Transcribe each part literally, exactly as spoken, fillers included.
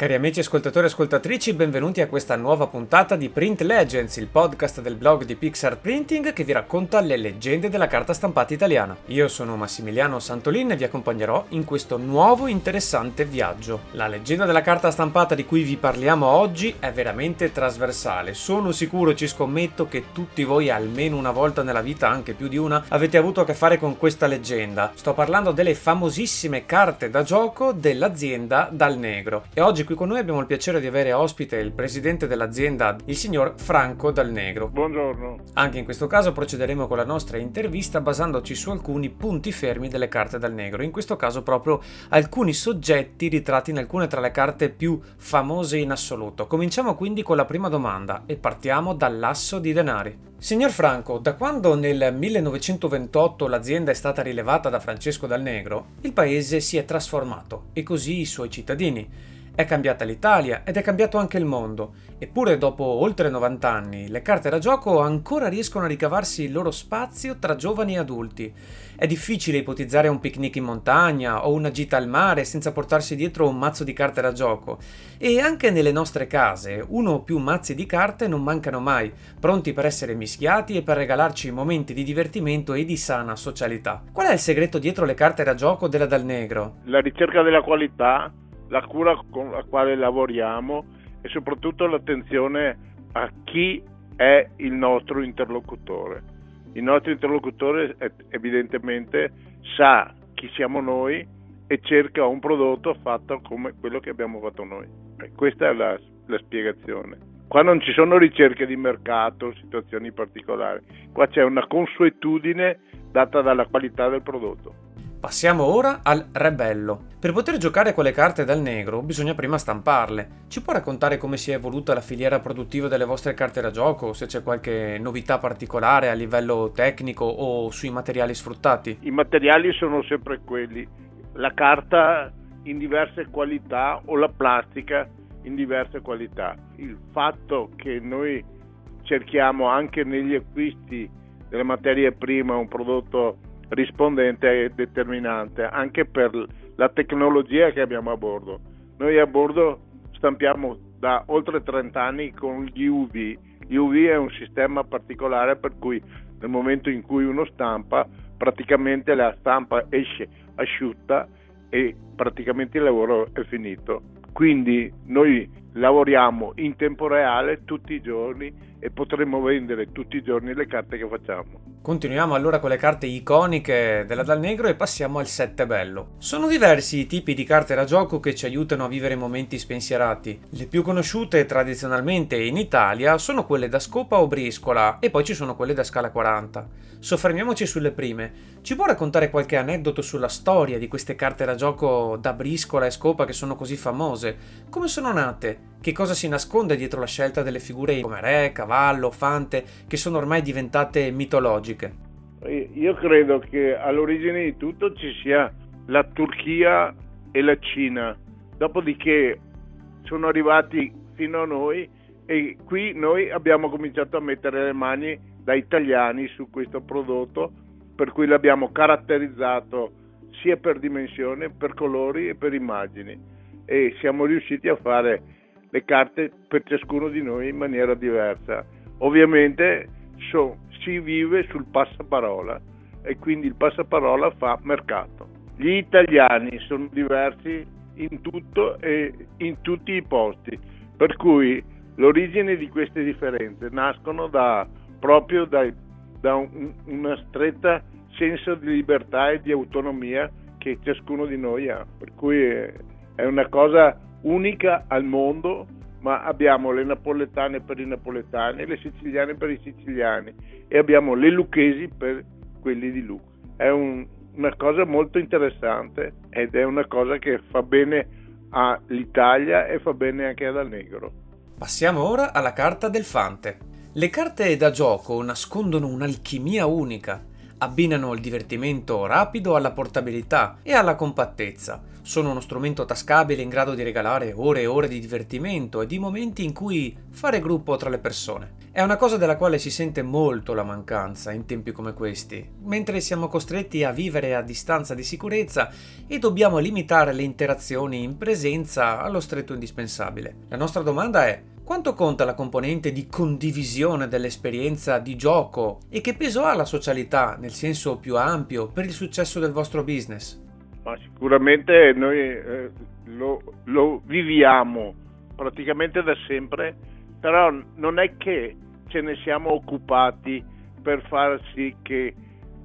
Cari amici ascoltatori e ascoltatrici, benvenuti a questa nuova puntata di Print Legends, il podcast del blog di Pixar Printing che vi racconta le leggende della carta stampata italiana. Io sono Massimiliano Santolin e vi accompagnerò in questo nuovo interessante viaggio. La leggenda della carta stampata di cui vi parliamo oggi è veramente trasversale. Sono sicuro, ci scommetto, che tutti voi almeno una volta nella vita, anche più di una, avete avuto a che fare con questa leggenda. Sto parlando delle famosissime carte da gioco dell'azienda Dal Negro. E oggi qui con noi abbiamo il piacere di avere ospite il presidente dell'azienda, il signor Franco Dal Negro. Buongiorno. Anche in questo caso procederemo con la nostra intervista basandoci su alcuni punti fermi delle carte Dal Negro, in questo caso proprio alcuni soggetti ritratti in alcune tra le carte più famose in assoluto. Cominciamo quindi con la prima domanda e partiamo dall'asso di denari. Signor Franco, da quando nel millenovecentoventotto l'azienda è stata rilevata da Francesco Dal Negro, il paese si è trasformato e così i suoi cittadini. È cambiata l'Italia ed è cambiato anche il mondo, eppure dopo oltre novanta anni le carte da gioco ancora riescono a ricavarsi il loro spazio tra giovani e adulti. È difficile ipotizzare un picnic in montagna o una gita al mare senza portarsi dietro un mazzo di carte da gioco, e anche nelle nostre case uno o più mazzi di carte non mancano mai, pronti per essere mischiati e per regalarci momenti di divertimento e di sana socialità. Qual è il segreto dietro le carte da gioco della Dal Negro? La ricerca della qualità, la cura con la quale lavoriamo e soprattutto l'attenzione a chi è il nostro interlocutore. Il nostro interlocutore evidentemente sa chi siamo noi e cerca un prodotto fatto come quello che abbiamo fatto noi. E questa è la, la spiegazione. Qua non ci sono ricerche di mercato, situazioni particolari. Qua c'è una consuetudine data dalla qualità del prodotto. Passiamo ora al rebello. Per poter giocare con le carte Dal Negro bisogna prima stamparle. Ci può raccontare come si è evoluta la filiera produttiva delle vostre carte da gioco, se c'è qualche novità particolare a livello tecnico o sui materiali sfruttati? I materiali sono sempre quelli, la carta in diverse qualità o la plastica in diverse qualità. Il fatto che noi cerchiamo anche negli acquisti delle materie prime un prodotto rispondente è determinante anche per la tecnologia che abbiamo a bordo. Noi a bordo stampiamo da oltre trenta anni con gli U V. Gli U V è un sistema particolare per cui nel momento in cui uno stampa, praticamente la stampa esce asciutta e praticamente il lavoro è finito. Quindi noi lavoriamo in tempo reale tutti i giorni e potremo vendere tutti i giorni le carte che facciamo. Continuiamo allora con le carte iconiche della Dal Negro e passiamo al sette bello. Sono diversi i tipi di carte da gioco che ci aiutano a vivere momenti spensierati. Le più conosciute tradizionalmente in Italia sono quelle da scopa o briscola e poi ci sono quelle da scala quaranta. Soffermiamoci sulle prime. Ci può raccontare qualche aneddoto sulla storia di queste carte da gioco da briscola e scopa che sono così famose? Come sono nate? Che cosa si nasconde dietro la scelta delle figure come re, cavallo, fante, che sono ormai diventate mitologiche? Io credo che all'origine di tutto ci sia la Turchia e la Cina, dopodiché sono arrivati fino a noi e qui noi abbiamo cominciato a mettere le mani da italiani su questo prodotto, per cui l'abbiamo caratterizzato sia per dimensione, per colori e per immagini, e siamo riusciti a fare le carte per ciascuno di noi in maniera diversa. Ovviamente so, si vive sul passaparola e quindi il passaparola fa mercato. Gli italiani sono diversi in tutto e in tutti i posti, per cui l'origine di queste differenze nascono da, proprio da, da un, una stretta senso di libertà e di autonomia che ciascuno di noi ha, per cui è, è una cosa unica al mondo, ma abbiamo le napoletane per i napoletani, le siciliane per i siciliani e abbiamo le lucchesi per quelli di Lucca. È un, una cosa molto interessante ed è una cosa che fa bene all'Italia e fa bene anche a Dal Negro. Passiamo ora alla carta del fante. Le carte da gioco nascondono un'alchimia unica. Abbinano il divertimento rapido alla portabilità e alla compattezza. Sono uno strumento tascabile in grado di regalare ore e ore di divertimento e di momenti in cui fare gruppo tra le persone. È una cosa della quale si sente molto la mancanza in tempi come questi, mentre siamo costretti a vivere a distanza di sicurezza e dobbiamo limitare le interazioni in presenza allo stretto indispensabile. La nostra domanda è: quanto conta la componente di condivisione dell'esperienza di gioco e che peso ha la socialità nel senso più ampio per il successo del vostro business? Ma sicuramente noi eh, lo, lo viviamo praticamente da sempre, però non è che ce ne siamo occupati per far sì che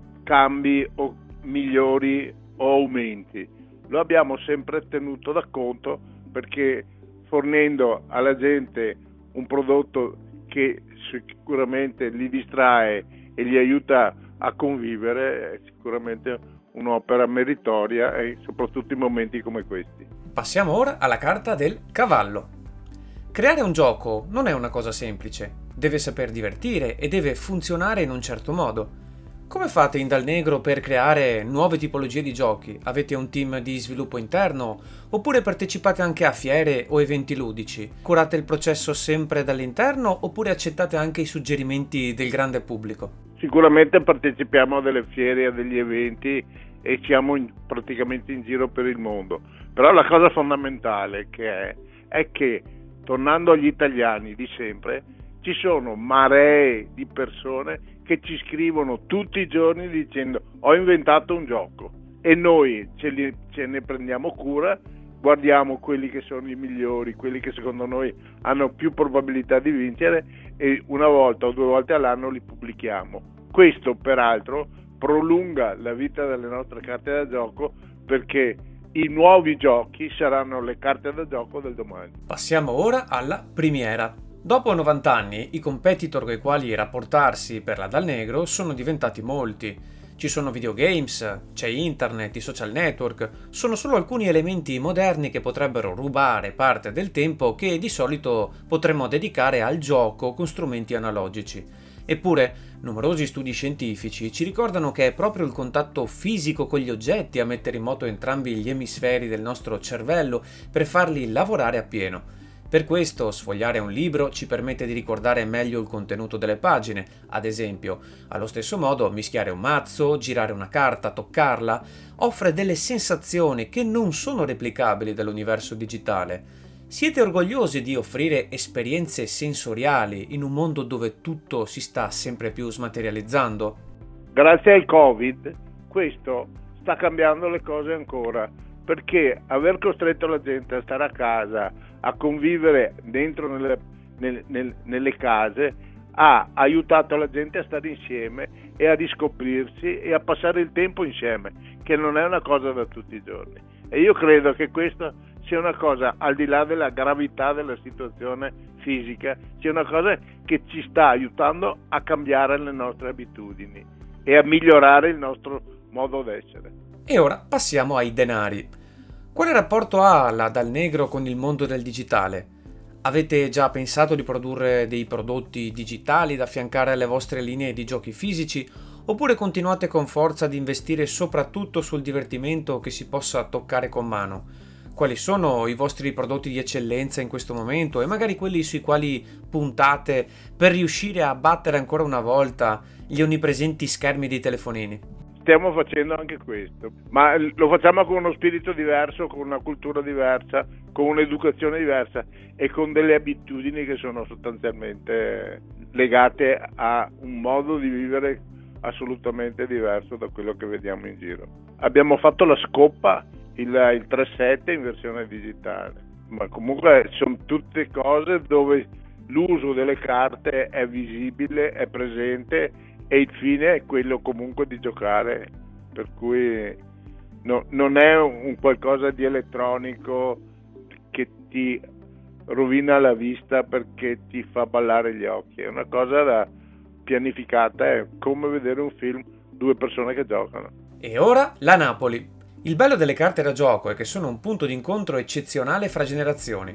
cambi o migliori o aumenti. Lo abbiamo sempre tenuto da conto, perché fornendo alla gente un prodotto che sicuramente li distrae e li aiuta a convivere è sicuramente un'opera meritoria, e soprattutto in momenti come questi. Passiamo ora alla carta del cavallo. Creare un gioco non è una cosa semplice, deve saper divertire e deve funzionare in un certo modo. Come fate in Dal Negro per creare nuove tipologie di giochi? Avete un team di sviluppo interno? Oppure partecipate anche a fiere o eventi ludici? Curate il processo sempre dall'interno oppure accettate anche i suggerimenti del grande pubblico? Sicuramente partecipiamo a delle fiere, a degli eventi e siamo in, praticamente in giro per il mondo. Però la cosa fondamentale che è, è che, tornando agli italiani di sempre, ci sono maree di persone che ci scrivono tutti i giorni dicendo: ho inventato un gioco, e noi ce, li, ce ne prendiamo cura, guardiamo quelli che sono i migliori, quelli che secondo noi hanno più probabilità di vincere, e una volta o due volte all'anno li pubblichiamo. Questo peraltro prolunga la vita delle nostre carte da gioco, perché i nuovi giochi saranno le carte da gioco del domani. Passiamo ora alla primiera. Dopo novanta anni, i competitor con i quali rapportarsi per la Dal Negro sono diventati molti. Ci sono videogames, c'è internet, i social network, sono solo alcuni elementi moderni che potrebbero rubare parte del tempo che di solito potremmo dedicare al gioco con strumenti analogici. Eppure, numerosi studi scientifici ci ricordano che è proprio il contatto fisico con gli oggetti a mettere in moto entrambi gli emisferi del nostro cervello per farli lavorare appieno. Per questo sfogliare un libro ci permette di ricordare meglio il contenuto delle pagine, ad esempio. Allo stesso modo, mischiare un mazzo, girare una carta, toccarla, offre delle sensazioni che non sono replicabili dall'universo digitale. Siete orgogliosi di offrire esperienze sensoriali in un mondo dove tutto si sta sempre più smaterializzando? Grazie al Covid, questo sta cambiando le cose ancora, perché aver costretto la gente a stare a casa, a convivere dentro nelle, nel, nel, nelle case, ha aiutato la gente a stare insieme e a riscoprirsi e a passare il tempo insieme, che non è una cosa da tutti i giorni. E io credo che questo sia una cosa, al di là della gravità della situazione fisica, sia una cosa che ci sta aiutando a cambiare le nostre abitudini e a migliorare il nostro modo d'essere. E ora passiamo ai denari. Quale rapporto ha la Dal Negro con il mondo del digitale? Avete già pensato di produrre dei prodotti digitali da affiancare alle vostre linee di giochi fisici? Oppure continuate con forza ad investire soprattutto sul divertimento che si possa toccare con mano? Quali sono i vostri prodotti di eccellenza in questo momento e magari quelli sui quali puntate per riuscire a battere ancora una volta gli onnipresenti schermi dei telefonini? Stiamo facendo anche questo, ma lo facciamo con uno spirito diverso, con una cultura diversa, con un'educazione diversa e con delle abitudini che sono sostanzialmente legate a un modo di vivere assolutamente diverso da quello che vediamo in giro. Abbiamo fatto la scoppa, il, il tre sette in versione digitale, ma comunque sono tutte cose dove l'uso delle carte è visibile, è presente, e il fine è quello comunque di giocare, per cui no, non è un qualcosa di elettronico che ti rovina la vista perché ti fa ballare gli occhi, è una cosa da pianificata, è come vedere un film, due persone che giocano. E ora la Napoli. Il bello delle carte da gioco è che sono un punto d'incontro eccezionale fra generazioni.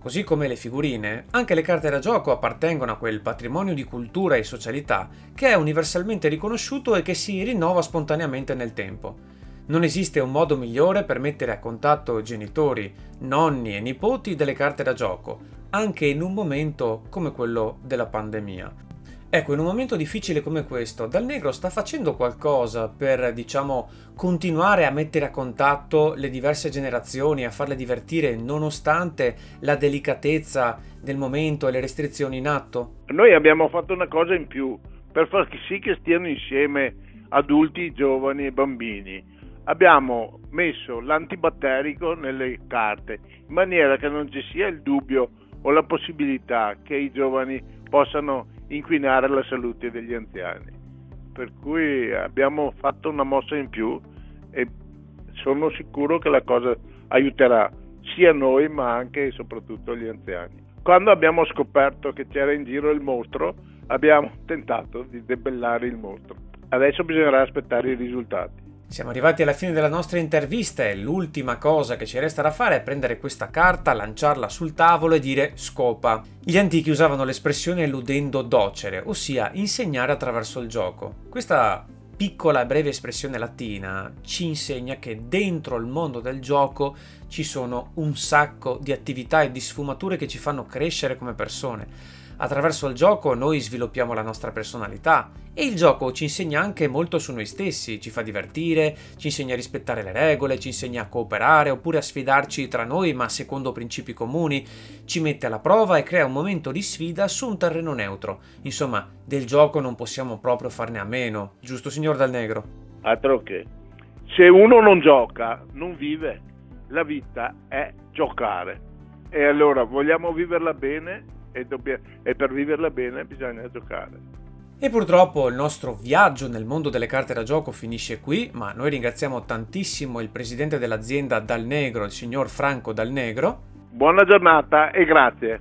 Così come le figurine, anche le carte da gioco appartengono a quel patrimonio di cultura e socialità che è universalmente riconosciuto e che si rinnova spontaneamente nel tempo. Non esiste un modo migliore per mettere a contatto genitori, nonni e nipoti delle carte da gioco, anche in un momento come quello della pandemia. Ecco, in un momento difficile come questo, Dal Negro sta facendo qualcosa per, diciamo, continuare a mettere a contatto le diverse generazioni, a farle divertire nonostante la delicatezza del momento e le restrizioni in atto? Noi abbiamo fatto una cosa in più per far sì che stiano insieme adulti, giovani e bambini. Abbiamo messo l'antibatterico nelle carte in maniera che non ci sia il dubbio o la possibilità che i giovani possano inquinare la salute degli anziani, per cui abbiamo fatto una mossa in più e sono sicuro che la cosa aiuterà sia noi ma anche e soprattutto gli anziani. Quando abbiamo scoperto che c'era in giro il mostro, abbiamo tentato di debellare il mostro. Adesso bisognerà aspettare i risultati. Siamo arrivati alla fine della nostra intervista e l'ultima cosa che ci resta da fare è prendere questa carta, lanciarla sul tavolo e dire scopa. Gli antichi usavano l'espressione ludendo docere, ossia insegnare attraverso il gioco. Questa piccola e breve espressione latina ci insegna che dentro il mondo del gioco ci sono un sacco di attività e di sfumature che ci fanno crescere come persone. Attraverso il gioco noi sviluppiamo la nostra personalità e il gioco ci insegna anche molto su noi stessi, ci fa divertire, ci insegna a rispettare le regole, ci insegna a cooperare oppure a sfidarci tra noi ma secondo principi comuni, ci mette alla prova e crea un momento di sfida su un terreno neutro. Insomma, del gioco non possiamo proprio farne a meno, giusto signor Dal Negro? Altro che. Se uno non gioca, non vive. La vita è giocare. E allora vogliamo viverla bene? E, dobbia, e per viverla bene bisogna giocare. E purtroppo il nostro viaggio nel mondo delle carte da gioco finisce qui, ma noi ringraziamo tantissimo il presidente dell'azienda Dal Negro, il signor Franco Dal Negro. Buona giornata e grazie.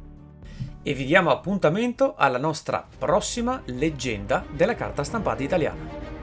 E vi diamo appuntamento alla nostra prossima leggenda della carta stampata italiana.